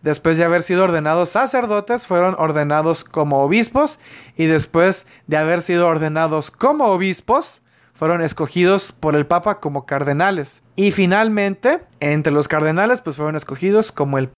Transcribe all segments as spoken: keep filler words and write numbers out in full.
después de haber sido ordenados sacerdotes, fueron ordenados como obispos, y después de haber sido ordenados como obispos, fueron escogidos por el Papa como cardenales. Y finalmente, entre los cardenales, pues fueron escogidos como el...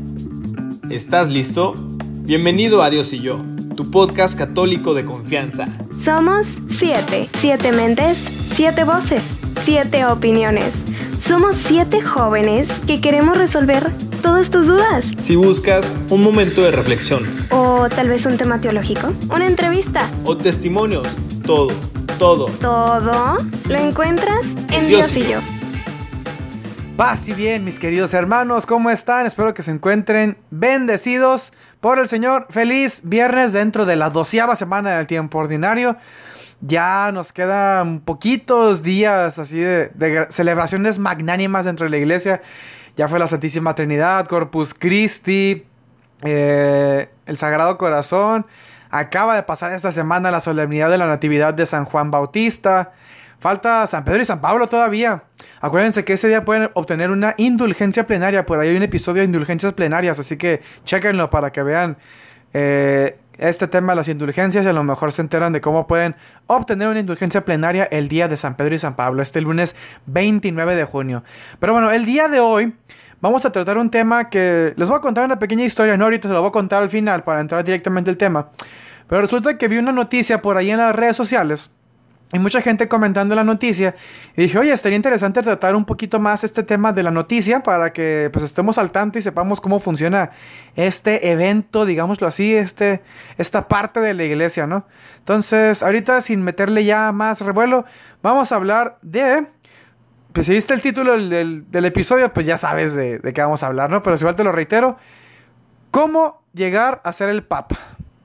¿Estás listo? Bienvenido a Dios y yo, tu podcast católico de confianza. Somos siete, siete mentes, siete voces, siete opiniones. Somos siete jóvenes que queremos resolver todas tus dudas. Si buscas un momento de reflexión, o tal vez un tema teológico, una entrevista, o testimonios, todo, todo, todo lo encuentras en Dios, Dios y yo. Paz y bien, mis queridos hermanos, ¿cómo están? Espero que se encuentren bendecidos por el Señor. Feliz viernes dentro de la doceava semana del tiempo ordinario. Ya nos quedan poquitos días así de, de celebraciones magnánimas dentro de la iglesia. Ya fue la Santísima Trinidad, Corpus Christi, eh, el Sagrado Corazón. Acaba de pasar esta semana la solemnidad de la Natividad de San Juan Bautista. Falta San Pedro y San Pablo todavía. Acuérdense que ese día pueden obtener una indulgencia plenaria. Por ahí hay un episodio de indulgencias plenarias, así que chéquenlo para que vean eh, este tema de las indulgencias, y a lo mejor se enteran de cómo pueden obtener una indulgencia plenaria el día de San Pedro y San Pablo, este lunes veintinueve de junio. Pero bueno, el día de hoy vamos a tratar un tema que les voy a contar una pequeña historia. No, ahorita se lo voy a contar al final para entrar directamente al tema. Pero resulta que vi una noticia por ahí en las redes sociales y mucha gente comentando la noticia, y dije, oye, estaría interesante tratar un poquito más este tema de la noticia para que pues estemos al tanto y sepamos cómo funciona este evento, digámoslo así, este, esta parte de la iglesia, ¿no? Entonces, ahorita sin meterle ya más revuelo, vamos a hablar de... Pues si viste el título del, del, del episodio, pues ya sabes de, de qué vamos a hablar, ¿no? Pero si igual te lo reitero, ¿cómo llegar a ser el Papa?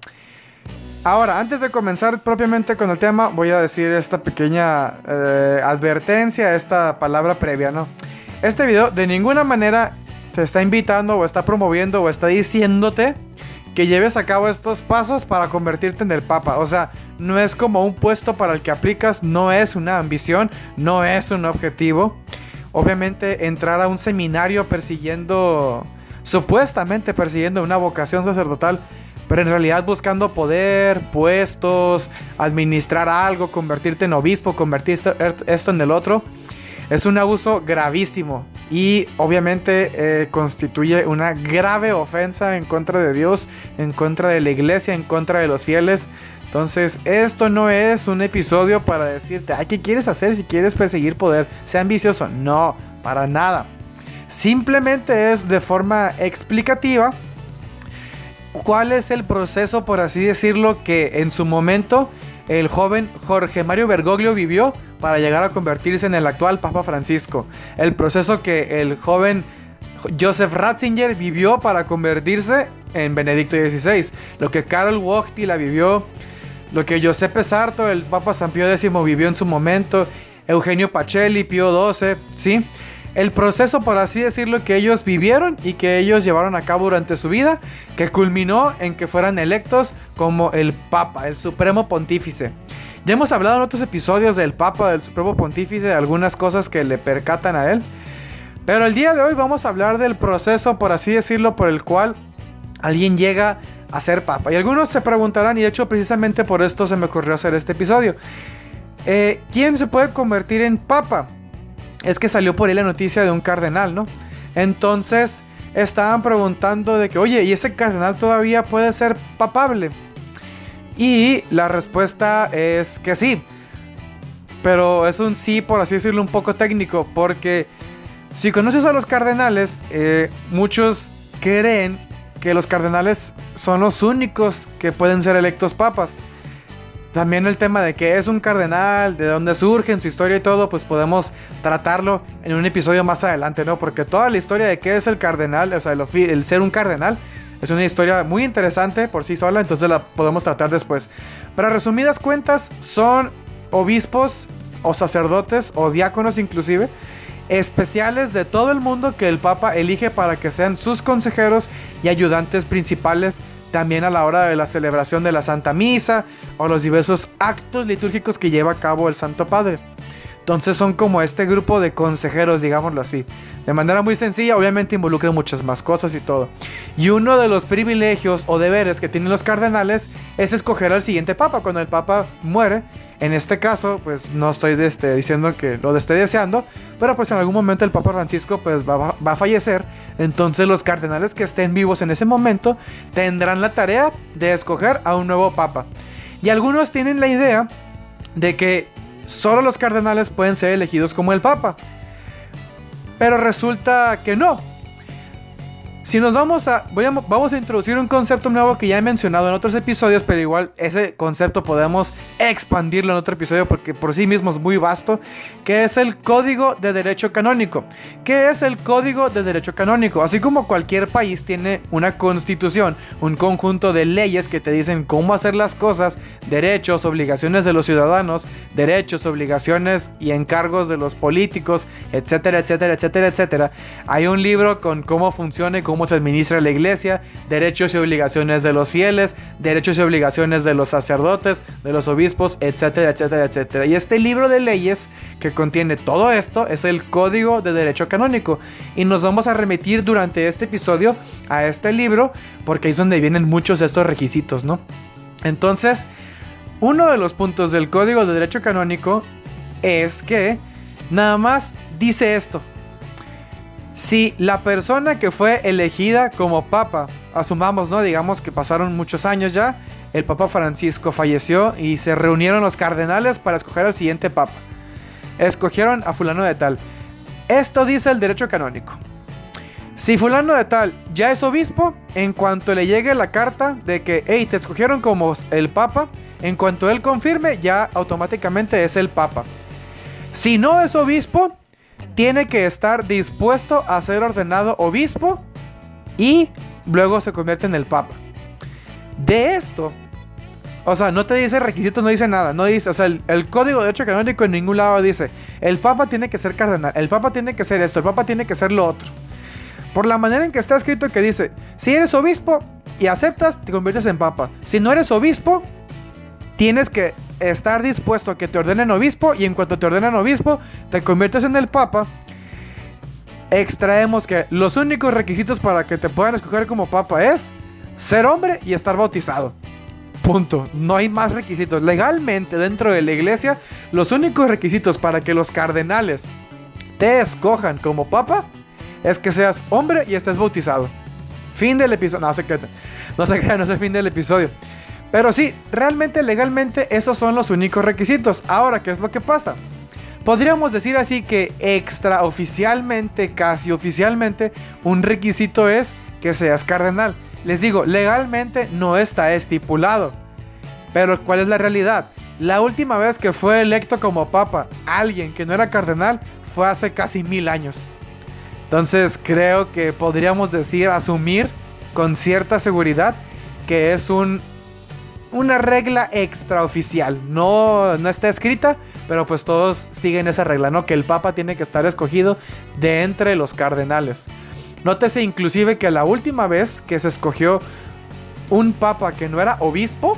Ahora, antes de comenzar propiamente con el tema, voy a decir esta pequeña eh, advertencia, esta palabra previa, ¿no? Este video de ninguna manera te está invitando o está promoviendo o está diciéndote que lleves a cabo estos pasos para convertirte en el Papa. O sea, no es como un puesto para el que aplicas, no es una ambición, no es un objetivo. Obviamente, entrar a un seminario persiguiendo, supuestamente persiguiendo una vocación sacerdotal, pero en realidad buscando poder, puestos, administrar algo, convertirte en obispo, convertir esto, esto en el otro, es un abuso gravísimo y obviamente eh, constituye una grave ofensa en contra de Dios, en contra de la iglesia, en contra de los fieles. Entonces, esto no es un episodio para decirte, ay, ¿qué quieres hacer si quieres perseguir poder? Sea ambicioso. No, para nada. Simplemente es de forma explicativa cuál es el proceso, por así decirlo, que en su momento el joven Jorge Mario Bergoglio vivió para llegar a convertirse en el actual Papa Francisco. El proceso que el joven Joseph Ratzinger vivió para convertirse en Benedicto dieciséis. Lo que Karol Wojtyla vivió, lo que Giuseppe Sarto, el Papa San Pío X, vivió en su momento, Eugenio Pacelli, Pío doce, ¿sí? El proceso, por así decirlo, que ellos vivieron y que ellos llevaron a cabo durante su vida, que culminó en que fueran electos como el Papa, el Supremo Pontífice. Ya hemos hablado en otros episodios del Papa, del Supremo Pontífice, de algunas cosas que le percatan a él. Pero el día de hoy vamos a hablar del proceso, por así decirlo, por el cual alguien llega a ser Papa. Y algunos se preguntarán, y de hecho precisamente por esto se me ocurrió hacer este episodio, eh, ¿quién se puede convertir en Papa? Es que salió por ahí la noticia de un cardenal, ¿no? Entonces estaban preguntando de que, oye, ¿y ese cardenal todavía puede ser papable? Y la respuesta es que sí. Pero es un sí, por así decirlo, un poco técnico. Porque si conoces a los cardenales, eh, muchos creen que los cardenales son los únicos que pueden ser electos papas. También el tema de qué es un cardenal, de dónde surge, en su historia y todo, pues podemos tratarlo en un episodio más adelante, ¿no? Porque toda la historia de qué es el cardenal, o sea, el, el ser un cardenal, es una historia muy interesante por sí sola, entonces la podemos tratar después. Pero a resumidas cuentas, son obispos o sacerdotes o diáconos inclusive, especiales de todo el mundo que el Papa elige para que sean sus consejeros y ayudantes principales también a la hora de la celebración de la Santa Misa o los diversos actos litúrgicos que lleva a cabo el Santo Padre. Entonces son como este grupo de consejeros, digámoslo así. De manera muy sencilla, obviamente involucra muchas más cosas y todo. Y uno de los privilegios o deberes que tienen los cardenales es escoger al siguiente papa. Cuando el papa muere, en este caso, pues no estoy este, diciendo que lo esté deseando, pero pues en algún momento el Papa Francisco pues va, va a fallecer. Entonces los cardenales que estén vivos en ese momento tendrán la tarea de escoger a un nuevo papa. Y algunos tienen la idea de que solo los cardenales pueden ser elegidos como el papa, pero resulta que no. Si nos vamos a, voy a... Vamos a introducir un concepto nuevo que ya he mencionado en otros episodios, pero igual ese concepto podemos expandirlo en otro episodio porque por sí mismo es muy vasto, que es el Código de Derecho Canónico. ¿Qué es el Código de Derecho Canónico? Así como cualquier país tiene una constitución, un conjunto de leyes que te dicen cómo hacer las cosas, derechos, obligaciones de los ciudadanos, derechos, obligaciones y encargos de los políticos, etcétera, etcétera, etcétera, etcétera. Hay un libro con cómo funciona y cómo cómo se administra la iglesia, derechos y obligaciones de los fieles, derechos y obligaciones de los sacerdotes, de los obispos, etcétera, etcétera, etcétera. Y este libro de leyes que contiene todo esto es el Código de Derecho Canónico. Y nos vamos a remitir durante este episodio a este libro porque ahí es donde vienen muchos de estos requisitos, ¿no? Entonces, uno de los puntos del Código de Derecho Canónico es que nada más dice esto: si la persona que fue elegida como papa, asumamos, ¿no? Digamos que pasaron muchos años ya, el Papa Francisco falleció y se reunieron los cardenales para escoger al siguiente papa. Escogieron a fulano de tal. Esto dice el derecho canónico. Si fulano de tal ya es obispo, en cuanto le llegue la carta de que, hey, te escogieron como el papa, en cuanto él confirme, ya automáticamente es el papa. Si no es obispo, tiene que estar dispuesto a ser ordenado obispo y luego se convierte en el papa. De esto, o sea, no te dice requisitos, no dice nada, no dice, o sea, el, el Código de Derecho Canónico en ningún lado dice, el papa tiene que ser cardenal, el papa tiene que ser esto, el papa tiene que ser lo otro. Por la manera en que está escrito que dice, si eres obispo y aceptas, te conviertes en papa. Si no eres obispo, tienes que estar dispuesto a que te ordenen obispo y en cuanto te ordenan obispo, te conviertes en el papa. Extraemos que los únicos requisitos para que te puedan escoger como papa es ser hombre y estar bautizado. Punto. No hay más requisitos. Legalmente dentro de la iglesia, los únicos requisitos para que los cardenales te escojan como papa es que seas hombre y estés bautizado. Fin del episodio. No sé qué. No sé qué, no sé fin del episodio. Pero sí, realmente legalmente esos son los únicos requisitos. Ahora, ¿qué es lo que pasa? Podríamos decir así que extraoficialmente, casi oficialmente, un requisito es que seas cardenal. Les digo, legalmente no está estipulado. Pero ¿cuál es la realidad? La última vez que fue electo como papa alguien que no era cardenal fue hace casi mil años. Entonces creo que podríamos decir, asumir con cierta seguridad que es un... una regla extraoficial, no, no está escrita, pero pues todos siguen esa regla, ¿no? Que el papa tiene que estar escogido de entre los cardenales. Nótese inclusive que la última vez que se escogió un papa que no era obispo,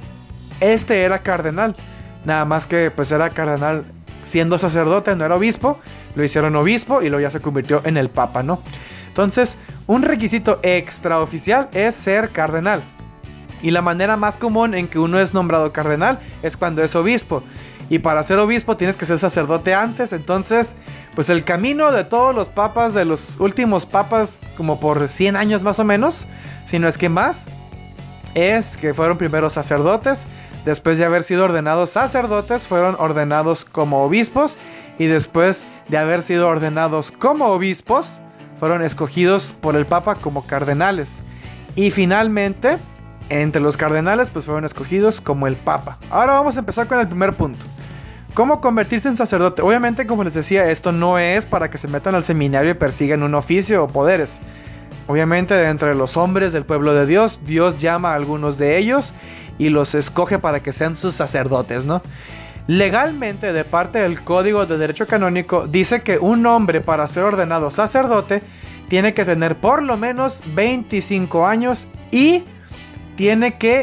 este era cardenal. Nada más que pues era cardenal siendo sacerdote, no era obispo, lo hicieron obispo y luego ya se convirtió en el papa, ¿no? Entonces, un requisito extraoficial es ser cardenal. Y la manera más común en que uno es nombrado cardenal es cuando es obispo. Y para ser obispo tienes que ser sacerdote antes. Entonces, pues el camino de todos los papas, de los últimos papas, como por cien años más o menos, si no es que más, es que fueron primero sacerdotes. Después de haber sido ordenados sacerdotes, fueron ordenados como obispos. Y después de haber sido ordenados como obispos, fueron escogidos por el papa como cardenales. Y finalmente, entre los cardenales, pues fueron escogidos como el papa. Ahora vamos a empezar con el primer punto. ¿Cómo convertirse en sacerdote? Obviamente, como les decía, esto no es para que se metan al seminario y persigan un oficio o poderes. Obviamente, de entre los hombres del pueblo de Dios, Dios llama a algunos de ellos y los escoge para que sean sus sacerdotes, ¿no? Legalmente, de parte del Código de Derecho Canónico, dice que un hombre para ser ordenado sacerdote tiene que tener por lo menos veinticinco años y tiene que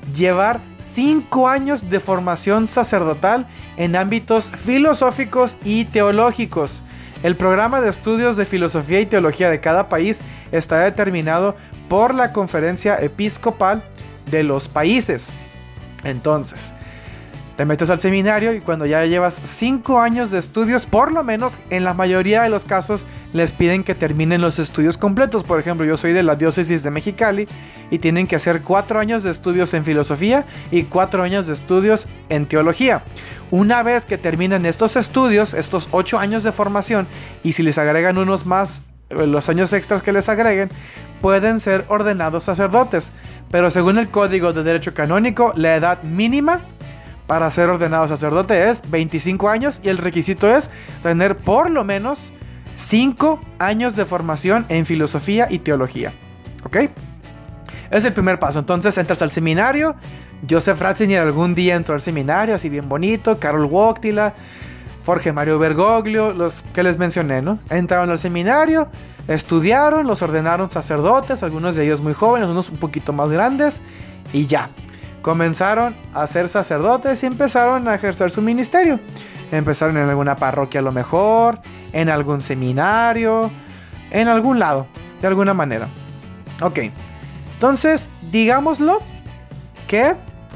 llevar cinco años de formación sacerdotal en ámbitos filosóficos y teológicos. El programa de estudios de filosofía y teología de cada país está determinado por la Conferencia Episcopal de los países. Entonces, te metes al seminario y cuando ya llevas cinco años de estudios, por lo menos en la mayoría de los casos les piden que terminen los estudios completos. Por ejemplo, yo soy de la diócesis de Mexicali y tienen que hacer cuatro años de estudios en filosofía y cuatro años de estudios en teología. Una vez que terminan estos estudios, estos ocho años de formación, y si les agregan unos más, los años extras que les agreguen, pueden ser ordenados sacerdotes. Pero según el Código de Derecho Canónico, la edad mínima para ser ordenado sacerdote es veinticinco años y el requisito es tener por lo menos cinco años de formación en filosofía y teología. ¿Ok? Es el primer paso. Entonces entras al seminario. Joseph Ratzinger algún día entró al seminario, así bien bonito. Karol Wojtyla, Jorge Mario Bergoglio, los que les mencioné, ¿no? Entraron al seminario, estudiaron, los ordenaron sacerdotes, algunos de ellos muy jóvenes, unos un poquito más grandes, y ya. Comenzaron a ser sacerdotes y empezaron a ejercer su ministerio. Empezaron en alguna parroquia a lo mejor, en algún seminario, en algún lado, de alguna manera. Ok, entonces, digámoslo que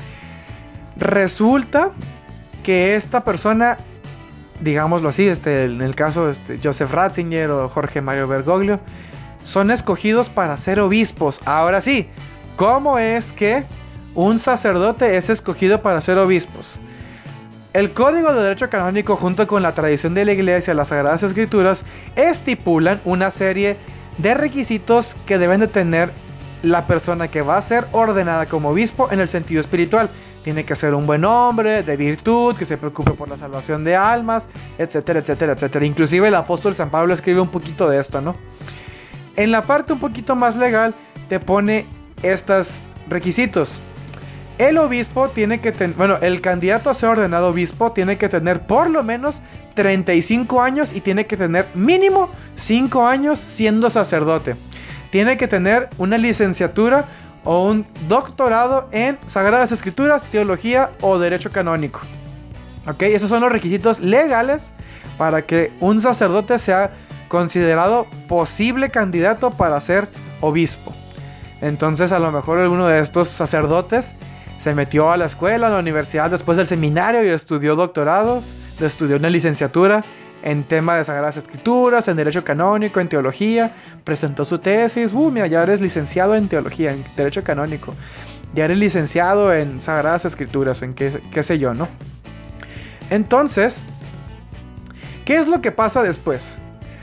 resulta que esta persona, digámoslo así, este, en el caso de este, Joseph Ratzinger o Jorge Mario Bergoglio, son escogidos para ser obispos. Ahora sí, ¿cómo es que un sacerdote es escogido para ser obispos? El Código de Derecho Canónico, junto con la tradición de la Iglesia, las Sagradas Escrituras, estipulan una serie de requisitos que deben de tener la persona que va a ser ordenada como obispo en el sentido espiritual. Tiene que ser un buen hombre, de virtud, que se preocupe por la salvación de almas, etcétera, etcétera, etcétera. Inclusive el apóstol San Pablo escribe un poquito de esto, ¿no? En la parte un poquito más legal te pone estos requisitos. El obispo tiene que tener, bueno, el candidato a ser ordenado obispo tiene que tener por lo menos treinta y cinco años y tiene que tener mínimo cinco años siendo sacerdote. Tiene que tener una licenciatura o un doctorado en Sagradas Escrituras, Teología o Derecho Canónico. ¿Ok? Esos son los requisitos legales para que un sacerdote sea considerado posible candidato para ser obispo. Entonces, a lo mejor alguno de estos sacerdotes se metió a la escuela, a la universidad después del seminario y estudió doctorados, estudió una licenciatura en tema de Sagradas Escrituras, en Derecho Canónico, en Teología, presentó su tesis, uh, mira, ya eres licenciado en Teología, en Derecho Canónico, ya eres licenciado en Sagradas Escrituras, o en qué, qué sé yo, ¿no? Entonces, ¿qué es lo que pasa después?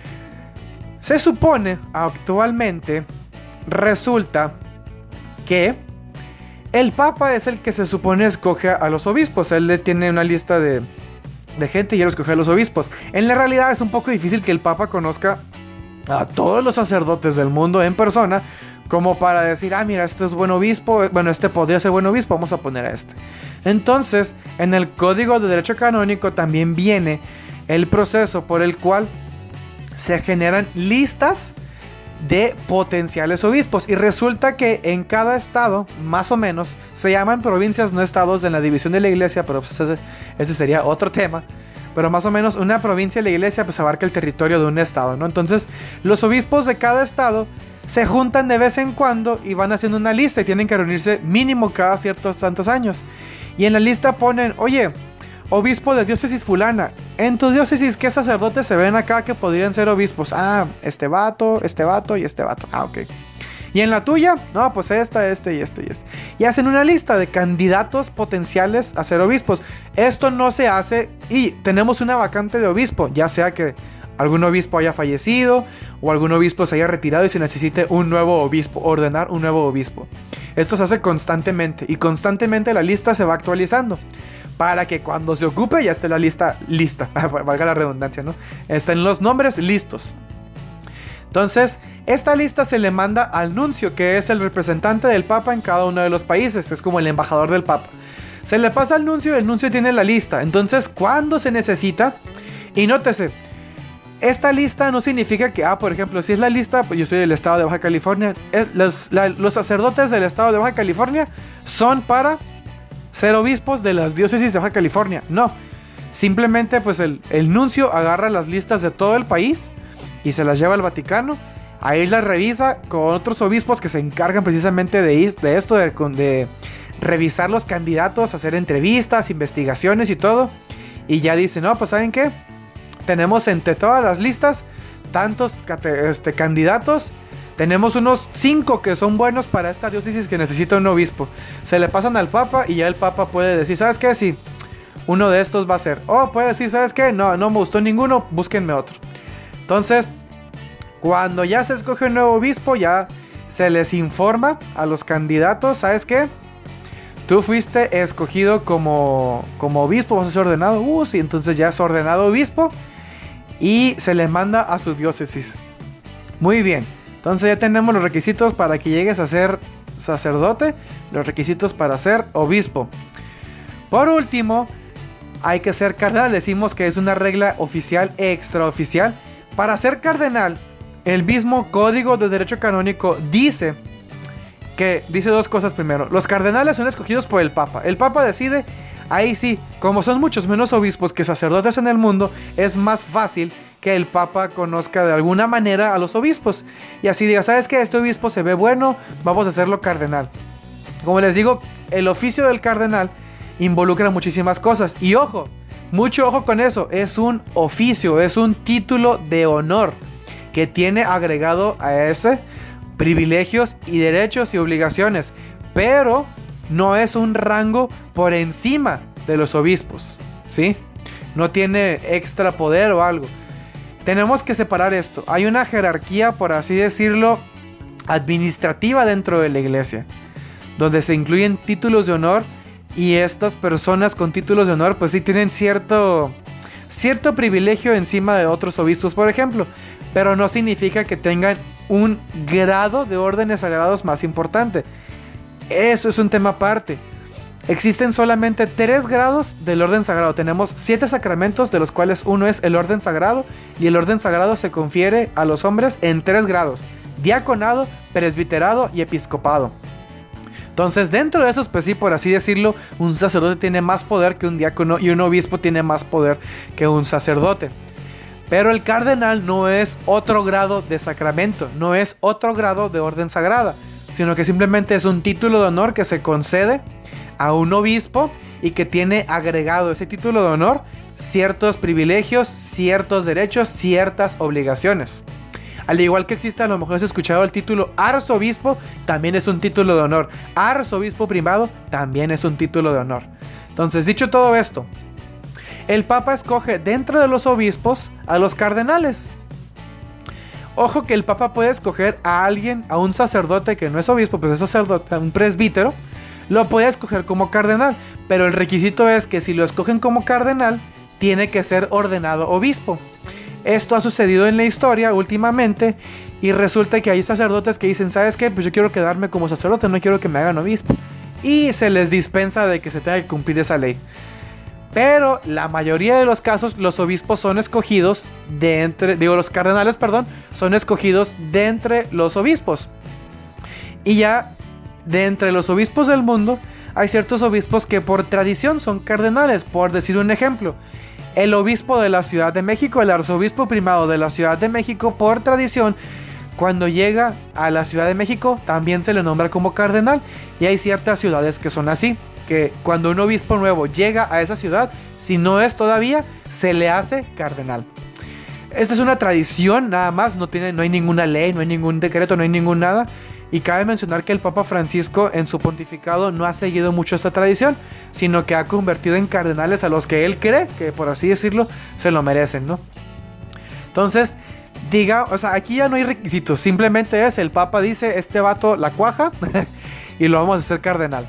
Se supone, actualmente, resulta que el Papa es el que se supone escoge a los obispos. Él le tiene una lista de, de gente y él escoge a los obispos. En la realidad es un poco difícil que el Papa conozca a todos los sacerdotes del mundo en persona, como para decir, ah, mira, este es buen obispo, bueno, este podría ser buen obispo, vamos a poner a este. Entonces, en el Código de Derecho Canónico también viene el proceso por el cual se generan listas de potenciales obispos, y resulta que en cada estado, más o menos, se llaman provincias, no estados, en la división de la iglesia, pero pues ese, ese sería otro tema. Pero más o menos una provincia de la iglesia pues abarca el territorio de un estado, ¿no? Entonces los obispos de cada estado se juntan de vez en cuando y van haciendo una lista y tienen que reunirse mínimo cada ciertos tantos años. Y en la lista ponen, oye, obispo de diócesis fulana, en tu diócesis, ¿qué sacerdotes se ven acá que podrían ser obispos? Ah, este vato, este vato y este vato. Ah, ok. ¿Y en la tuya? No, pues esta, este y este y este. Y hacen una lista de candidatos potenciales a ser obispos. Esto no se hace y tenemos una vacante de obispo, ya sea que algún obispo haya fallecido o algún obispo se haya retirado y se necesite un nuevo obispo, ordenar un nuevo obispo. Esto se hace constantemente y constantemente la lista se va actualizando, para que cuando se ocupe ya esté la lista lista, valga la redundancia, ¿no? Estén los nombres listos. Entonces, esta lista se le manda al nuncio, que es el representante del Papa en cada uno de los países, es como el embajador del Papa. Se le pasa al nuncio y el nuncio tiene la lista. Entonces, cuando se necesita, y nótese, Esta lista no significa que, ah, por ejemplo, si es la lista, pues yo soy del estado de Baja California. Es, los, la, los sacerdotes del estado de Baja California son para ser obispos de las diócesis de Baja California. No, simplemente pues el, el nuncio agarra las listas de todo el país y se las lleva al Vaticano. Ahí las revisa con otros obispos que se encargan precisamente de, de esto, de, de revisar los candidatos, hacer entrevistas, investigaciones y todo. Y ya dicen, no, pues ¿saben qué? Tenemos entre todas las listas tantos este, candidatos. Tenemos unos cinco que son buenos para esta diócesis que necesita un obispo. Se le pasan al Papa y ya el Papa puede decir, ¿sabes qué? Sí, uno de estos va a ser. O puede decir, ¿sabes qué? No, no me gustó ninguno, búsquenme otro. Entonces, cuando ya se escoge un nuevo obispo, ya se les informa a los candidatos, ¿sabes qué? Tú fuiste escogido como, como obispo, vas a ser ordenado. Uh, sí, entonces ya es ordenado obispo y se le manda a su diócesis. Muy bien, entonces ya tenemos los requisitos para que llegues a ser sacerdote, los requisitos para ser obispo. Por último, hay que ser cardenal. Decimos que es una regla oficial extraoficial. Para ser cardenal, el mismo Código de Derecho Canónico dice que dice dos cosas. Primero, los cardenales son escogidos por el Papa. El Papa decide, ahí sí, como son muchos menos obispos que sacerdotes en el mundo, es más fácil que el Papa conozca de alguna manera a los obispos. Y así diga, ¿sabes qué? Este obispo se ve bueno, vamos a hacerlo cardenal. Como les digo, el oficio del cardenal involucra muchísimas cosas. Y ojo, mucho ojo con eso, es un oficio, es un título de honor que tiene agregado a ese privilegios y derechos y obligaciones, pero no es un rango por encima de los obispos, ¿sí? No tiene extra poder o algo. Tenemos que separar esto. Hay una jerarquía, por así decirlo, administrativa dentro de la iglesia, donde se incluyen títulos de honor, y estas personas con títulos de honor pues sí tienen cierto, cierto privilegio encima de otros obispos, por ejemplo, pero no significa que tengan un grado de órdenes sagrados más importante. Eso es un tema aparte. Existen solamente tres grados del orden sagrado. Tenemos siete sacramentos, de los cuales uno es el orden sagrado, y el orden sagrado se confiere a los hombres en tres grados: diaconado, presbiterado y episcopado. Entonces, dentro de esos, pues sí, por así decirlo, un sacerdote tiene más poder que un diácono y un obispo tiene más poder que un sacerdote. Pero el cardenal no es otro grado de sacramento, no es otro grado de orden sagrada, sino que simplemente es un título de honor que se concede a un obispo y que tiene agregado ese título de honor ciertos privilegios, ciertos derechos, ciertas obligaciones. Al igual que existe, a lo mejor has escuchado el título arzobispo, también es un título de honor. Arzobispo primado también es un título de honor. Entonces, dicho todo esto, el Papa escoge dentro de los obispos a los cardenales. Ojo que el Papa puede escoger a alguien, a un sacerdote que no es obispo, pues es sacerdote, un presbítero, lo puede escoger como cardenal, pero el requisito es que si lo escogen como cardenal, tiene que ser ordenado obispo. Esto ha sucedido en la historia últimamente y resulta que hay sacerdotes que dicen, ¿sabes qué? Pues yo quiero quedarme como sacerdote, no quiero que me hagan obispo. Y se les dispensa de que se tenga que cumplir esa ley. Pero la mayoría de los casos, los obispos son escogidos de entre, digo, los cardenales, perdón, son escogidos de entre los obispos. Y ya de entre los obispos del mundo, hay ciertos obispos que por tradición son cardenales. Por decir un ejemplo, el obispo de la Ciudad de México, el arzobispo primado de la Ciudad de México, por tradición, cuando llega a la Ciudad de México, también se le nombra como cardenal. Y hay ciertas ciudades que son así, que cuando un obispo nuevo llega a esa ciudad, si no es todavía, se le hace cardenal. Esta es una tradición nada más, no, tiene, no hay ninguna ley, no hay ningún decreto, no hay ningún nada. Y cabe mencionar que el Papa Francisco en su pontificado no ha seguido mucho esta tradición, sino que ha convertido en cardenales a los que él cree que, por así decirlo, se lo merecen, ¿no? Entonces, diga, o sea, aquí ya no hay requisitos, simplemente es el Papa dice, este vato la cuaja y lo vamos a hacer cardenal.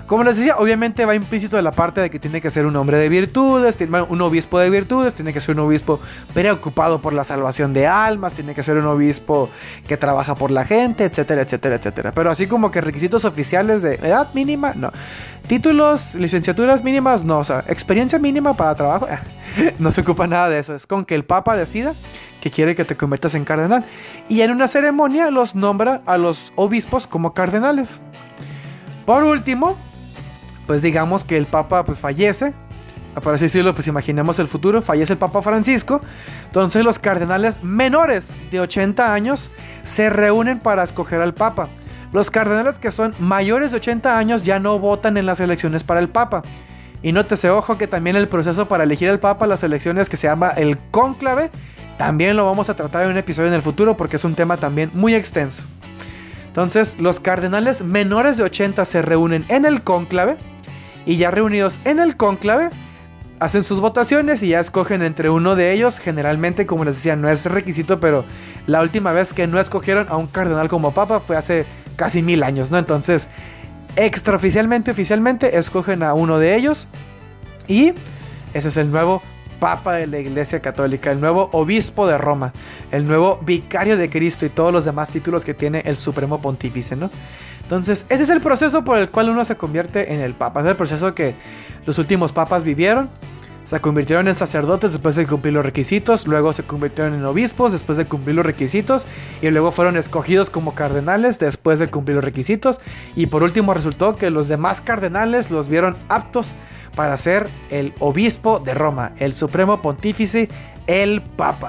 Como les decía, obviamente va implícito de la parte de que tiene que ser un hombre de virtudes, bueno, un obispo de virtudes, tiene que ser un obispo preocupado por la salvación de almas, tiene que ser un obispo que trabaja por la gente, etcétera, etcétera, etcétera. Pero así como que requisitos oficiales de edad mínima, no. Títulos, licenciaturas mínimas, no. O sea, experiencia mínima para trabajo, no se ocupa nada de eso. Es con que el Papa decida que quiere que te conviertas en cardenal. Y en una ceremonia los nombra a los obispos como cardenales. Por último, pues digamos que el Papa pues fallece, por así decirlo, pues imaginemos el futuro, fallece el Papa Francisco, entonces los cardenales menores de ochenta años se reúnen para escoger al Papa. Los cardenales que son mayores de ochenta años ya no votan en las elecciones para el Papa. Y nótese, ojo, que también el proceso para elegir al Papa, las elecciones que se llama el cónclave, también lo vamos a tratar en un episodio en el futuro porque es un tema también muy extenso. Entonces, los cardenales menores de ochenta se reúnen en el cónclave y ya reunidos en el cónclave hacen sus votaciones y ya escogen entre uno de ellos. Generalmente, como les decía, no es requisito, pero la última vez que no escogieron a un cardenal como papa fue hace casi mil años, ¿no? Entonces, extraoficialmente, oficialmente, escogen a uno de ellos y ese es el nuevo Papa de la Iglesia Católica, el nuevo obispo de Roma, el nuevo vicario de Cristo y todos los demás títulos que tiene el Supremo Pontífice, ¿no? Entonces, ese es el proceso por el cual uno se convierte en el Papa. Es el proceso que los últimos papas vivieron. Se convirtieron en sacerdotes después de cumplir los requisitos, luego se convirtieron en obispos después de cumplir los requisitos y luego fueron escogidos como cardenales después de cumplir los requisitos y por último resultó que los demás cardenales los vieron aptos para ser el obispo de Roma, el Supremo Pontífice, el Papa.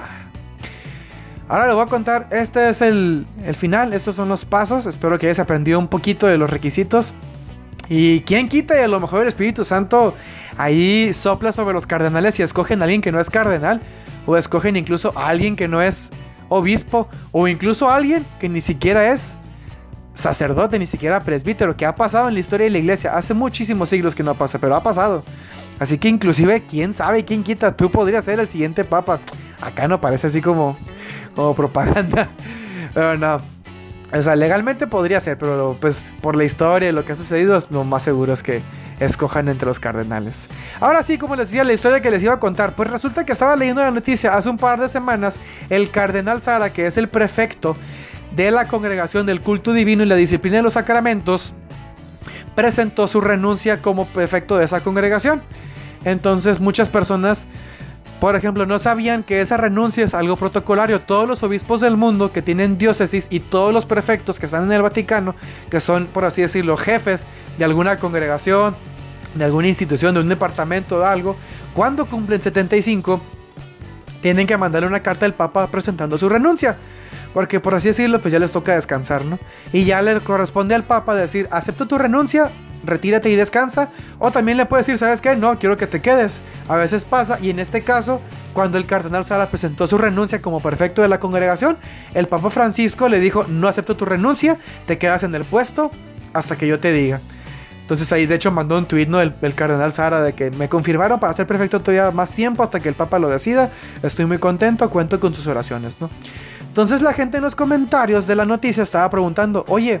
Ahora les voy a contar, este es el, el final, estos son los pasos, espero que hayas aprendido un poquito de los requisitos. Y quién quita y a lo mejor el Espíritu Santo ahí sopla sobre los cardenales y escogen a alguien que no es cardenal, o escogen incluso a alguien que no es obispo, o incluso a alguien que ni siquiera es sacerdote, ni siquiera presbítero, que ha pasado en la historia de la iglesia. Hace muchísimos siglos que no pasa, pero ha pasado. Así que inclusive, quién sabe, quién quita, tú podrías ser el siguiente papa. Acá no parece así como, como propaganda, pero no. O sea, legalmente podría ser, pero pues por la historia y lo que ha sucedido, lo más seguro es que escojan entre los cardenales. Ahora sí, como les decía, la historia que les iba a contar, pues resulta que estaba leyendo la noticia hace un par de semanas, el cardenal Sara, que es el prefecto de la Congregación del Culto Divino y la Disciplina de los Sacramentos, presentó su renuncia como prefecto de esa congregación. Entonces muchas personas, por ejemplo, no sabían que esa renuncia es algo protocolario. Todos los obispos del mundo que tienen diócesis y todos los prefectos que están en el Vaticano, que son, por así decirlo, jefes de alguna congregación, de alguna institución, de un departamento, de algo, cuando cumplen setenta y cinco, tienen que mandarle una carta al Papa presentando su renuncia. Porque, por así decirlo, pues ya les toca descansar, ¿no? Y ya le corresponde al Papa decir, acepto tu renuncia, retírate y descansa. O también le puede decir, ¿sabes qué? No, quiero que te quedes. A veces pasa, y en este caso, cuando el cardenal Sara presentó su renuncia como prefecto de la congregación, el Papa Francisco le dijo, no acepto tu renuncia, te quedas en el puesto hasta que yo te diga. Entonces ahí de hecho mandó un tuit, ¿no? el, el cardenal Sara, de que me confirmaron para ser prefecto todavía más tiempo hasta que el Papa lo decida. Estoy muy contento, cuento con sus oraciones, ¿no? Entonces la gente en los comentarios de la noticia estaba preguntando, oye,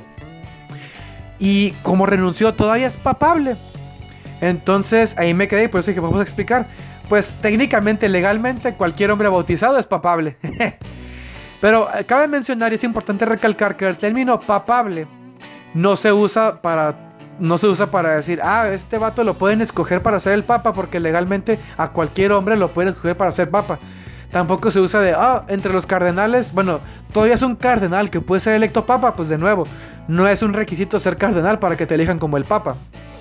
¿y cómo renunció todavía es papable? Entonces ahí me quedé y por eso dije, vamos a explicar. Pues técnicamente, legalmente, cualquier hombre bautizado es papable. Pero cabe mencionar y es importante recalcar que el término papable no se usa para... No se usa para decir, ah, este vato lo pueden escoger para ser el papa, porque legalmente a cualquier hombre lo pueden escoger para ser papa. Tampoco se usa de, ah, entre los cardenales, bueno, todavía es un cardenal que puede ser electo papa. Pues de nuevo, no es un requisito ser cardenal para que te elijan como el papa.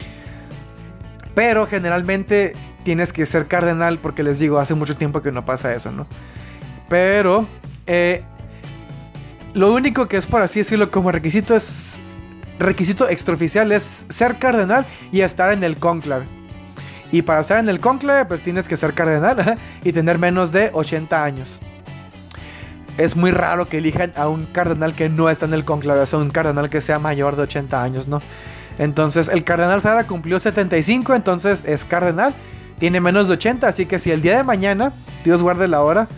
Pero generalmente tienes que ser cardenal, porque les digo, hace mucho tiempo que no pasa eso, ¿no? Pero eh, lo único que es, por así decirlo, como requisito es... requisito extraoficial es ser cardenal y estar en el cónclave. Y para estar en el cónclave, pues tienes que ser cardenal, ¿eh? Y tener menos de ochenta años. Es muy raro que elijan a un cardenal que no está en el cónclave, o sea, un cardenal que sea mayor de ochenta años, ¿no? Entonces, el cardenal Sara cumplió setenta y cinco, entonces es cardenal, tiene menos de ochenta, así que si el día de mañana, Dios guarde la hora,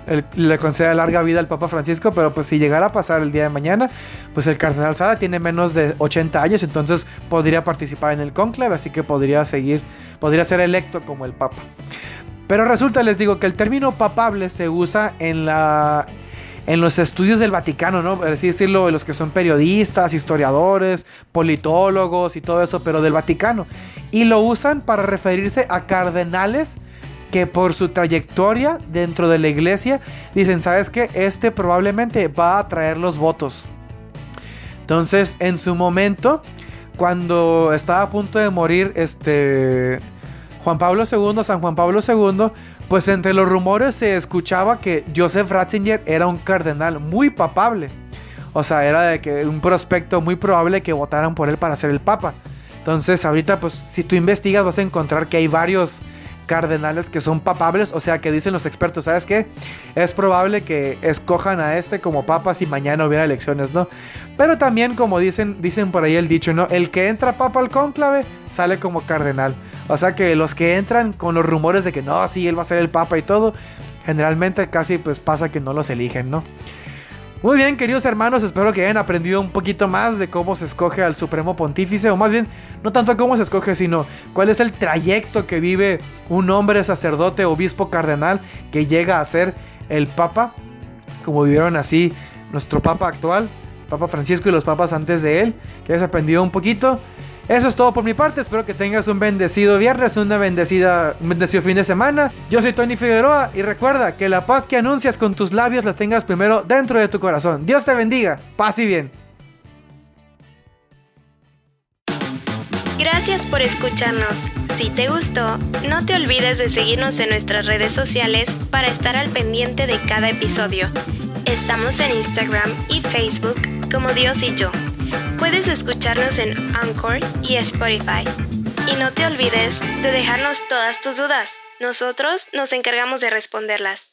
el, le conceda larga vida al Papa Francisco, pero pues si llegara a pasar el día de mañana, pues el cardenal Sala tiene menos de ochenta años, entonces podría participar en el cónclave, así que podría seguir, podría ser electo como el Papa. Pero resulta, les digo, que el término papable se usa en la... en los estudios del Vaticano, ¿no? Por así decirlo, los que son periodistas, historiadores, politólogos y todo eso, pero del Vaticano. Y lo usan para referirse a cardenales que por su trayectoria dentro de la iglesia dicen, ¿sabes qué? Este probablemente va a traer los votos. Entonces, en su momento, cuando estaba a punto de morir este Juan Pablo segundo, San Juan Pablo segundo, pues entre los rumores se escuchaba que Joseph Ratzinger era un cardenal muy papable. O sea, era de que un prospecto muy probable que votaran por él para ser el papa. Entonces, ahorita, pues, si tú investigas vas a encontrar que hay varios cardenales que son papables, o sea, que dicen los expertos, ¿sabes qué? Es probable que escojan a este como papa si mañana hubiera elecciones, ¿no? Pero también, como dicen, dicen por ahí el dicho, ¿no? El que entra papa al cónclave sale como cardenal. O sea que los que entran con los rumores de que no, sí, él va a ser el papa y todo, generalmente casi pues pasa que no los eligen, ¿no? Muy bien, queridos hermanos, espero que hayan aprendido un poquito más de cómo se escoge al Supremo Pontífice, o más bien, no tanto cómo se escoge, sino cuál es el trayecto que vive un hombre sacerdote, obispo, cardenal, que llega a ser el Papa, como vivieron así nuestro Papa actual, Papa Francisco y los papas antes de él, que hayas aprendido un poquito. Eso es todo por mi parte, espero que tengas un bendecido viernes, una bendecida, un bendecido fin de semana. Yo soy Tony Figueroa y recuerda que la paz que anuncias con tus labios la tengas primero dentro de tu corazón. Dios te bendiga, paz y bien. Gracias por escucharnos. Si te gustó, no te olvides de seguirnos en nuestras redes sociales para estar al pendiente de cada episodio. Estamos en Instagram y Facebook como Dios y yo. Puedes escucharnos en Anchor y Spotify. Y no te olvides de dejarnos todas tus dudas. Nosotros nos encargamos de responderlas.